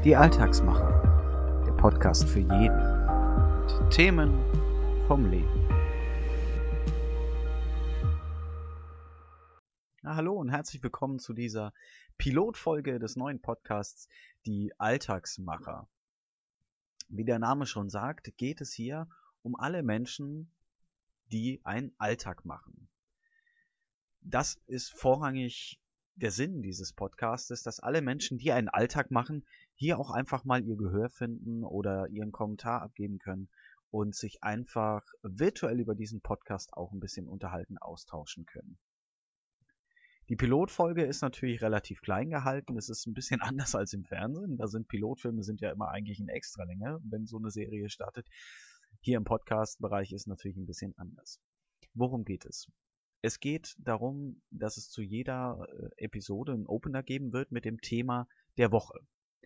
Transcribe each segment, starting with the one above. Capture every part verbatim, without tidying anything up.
Die Alltagsmacher, der Podcast für jeden mit Themen vom Leben. Na, hallo und herzlich willkommen zu dieser Pilotfolge des neuen Podcasts Die Alltagsmacher. Wie der Name schon sagt, geht es hier um alle Menschen, die einen Alltag machen. Das ist vorrangig der Sinn dieses Podcasts, dass alle Menschen, die einen Alltag machen, hier auch einfach mal ihr Gehör finden oder ihren Kommentar abgeben können und sich einfach virtuell über diesen Podcast auch ein bisschen unterhalten, austauschen können. Die Pilotfolge ist natürlich relativ klein gehalten. Es ist ein bisschen anders als im Fernsehen. Da sind Pilotfilme sind ja immer eigentlich in Extralänge, wenn so eine Serie startet. Hier im Podcast-Bereich ist natürlich ein bisschen anders. Worum geht es? Es geht darum, dass es zu jeder äh, Episode einen Opener geben wird mit dem Thema der Woche.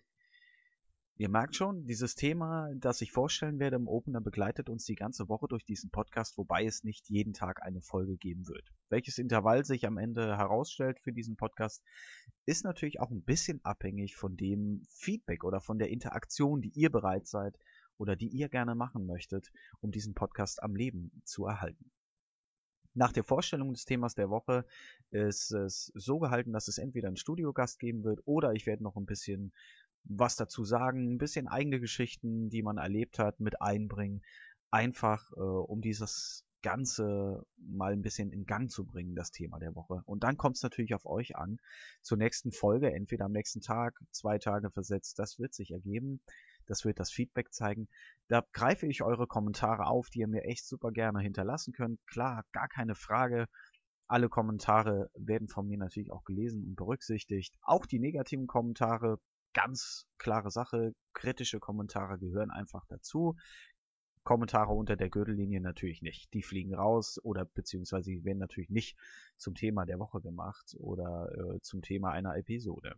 Ihr merkt schon, dieses Thema, das ich vorstellen werde im Opener, begleitet uns die ganze Woche durch diesen Podcast, wobei es nicht jeden Tag eine Folge geben wird. Welches Intervall sich am Ende herausstellt für diesen Podcast, ist natürlich auch ein bisschen abhängig von dem Feedback oder von der Interaktion, die ihr bereit seid oder die ihr gerne machen möchtet, um diesen Podcast am Leben zu erhalten. Nach der Vorstellung des Themas der Woche ist es so gehalten, dass es entweder einen Studiogast geben wird oder ich werde noch ein bisschen was dazu sagen, ein bisschen eigene Geschichten, die man erlebt hat, mit einbringen, einfach äh, um dieses Ganze mal ein bisschen in Gang zu bringen, das Thema der Woche. Und dann kommt es natürlich auf euch an, zur nächsten Folge, entweder am nächsten Tag, zwei Tage versetzt, das wird sich ergeben. Das wird das Feedback zeigen. Da greife ich eure Kommentare auf, die ihr mir echt super gerne hinterlassen könnt. Klar, gar keine Frage. Alle Kommentare werden von mir natürlich auch gelesen und berücksichtigt. Auch die negativen Kommentare, ganz klare Sache. Kritische Kommentare gehören einfach dazu. Kommentare unter der Gürtellinie natürlich nicht. Die fliegen raus oder beziehungsweise werden natürlich nicht zum Thema der Woche gemacht oder äh, zum Thema einer Episode.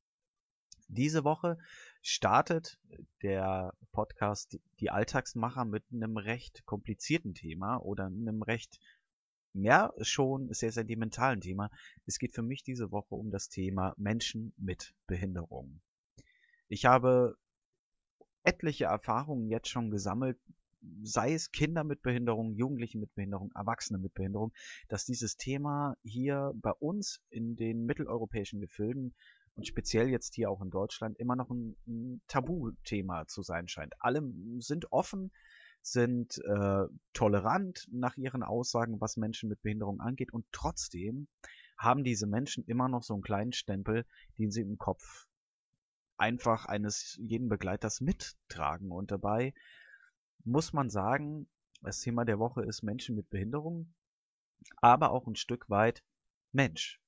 Diese Woche startet der Podcast Die Alltagsmacher mit einem recht komplizierten Thema oder einem recht, ja, schon sehr sentimentalen Thema. Es geht für mich diese Woche um das Thema Menschen mit Behinderung. Ich habe etliche Erfahrungen jetzt schon gesammelt, sei es Kinder mit Behinderung, Jugendliche mit Behinderung, Erwachsene mit Behinderung, dass dieses Thema hier bei uns in den mitteleuropäischen Gefilden und speziell jetzt hier auch in Deutschland immer noch ein, ein Tabuthema zu sein scheint. Alle sind offen, sind äh, tolerant nach ihren Aussagen, was Menschen mit Behinderung angeht, und trotzdem haben diese Menschen immer noch so einen kleinen Stempel, den sie im Kopf einfach eines jeden Begleiters mittragen. Und dabei muss man sagen, das Thema der Woche ist Menschen mit Behinderung, aber auch ein Stück weit Mensch.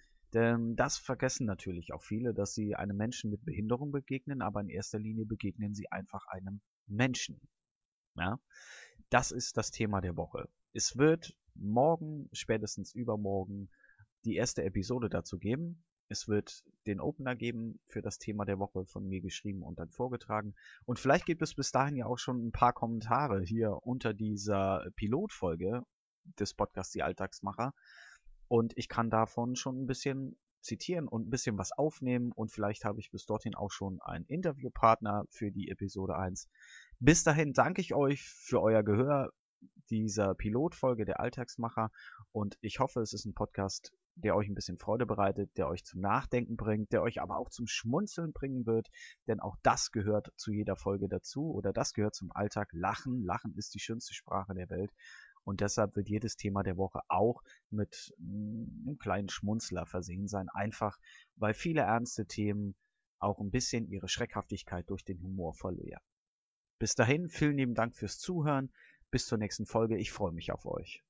Denn das vergessen natürlich auch viele, dass sie einem Menschen mit Behinderung begegnen, aber in erster Linie begegnen sie einfach einem Menschen. Ja? Das ist das Thema der Woche. Es wird morgen, spätestens übermorgen, die erste Episode dazu geben. Es wird den Opener geben für das Thema der Woche, von mir geschrieben und dann vorgetragen. Und vielleicht gibt es bis dahin ja auch schon ein paar Kommentare hier unter dieser Pilotfolge des Podcasts Die Alltagsmacher. Und ich kann davon schon ein bisschen zitieren und ein bisschen was aufnehmen. Und vielleicht habe ich bis dorthin auch schon einen Interviewpartner für die Episode eins. Bis dahin danke ich euch für euer Gehör dieser Pilotfolge der Alltagsmacher. Und ich hoffe, es ist ein Podcast, der euch ein bisschen Freude bereitet, der euch zum Nachdenken bringt, der euch aber auch zum Schmunzeln bringen wird. Denn auch das gehört zu jeder Folge dazu oder das gehört zum Alltag. Lachen. Lachen ist die schönste Sprache der Welt. Und deshalb wird jedes Thema der Woche auch mit einem kleinen Schmunzler versehen sein. Einfach, weil viele ernste Themen auch ein bisschen ihre Schreckhaftigkeit durch den Humor verlieren. Bis dahin, vielen lieben Dank fürs Zuhören. Bis zur nächsten Folge. Ich freue mich auf euch.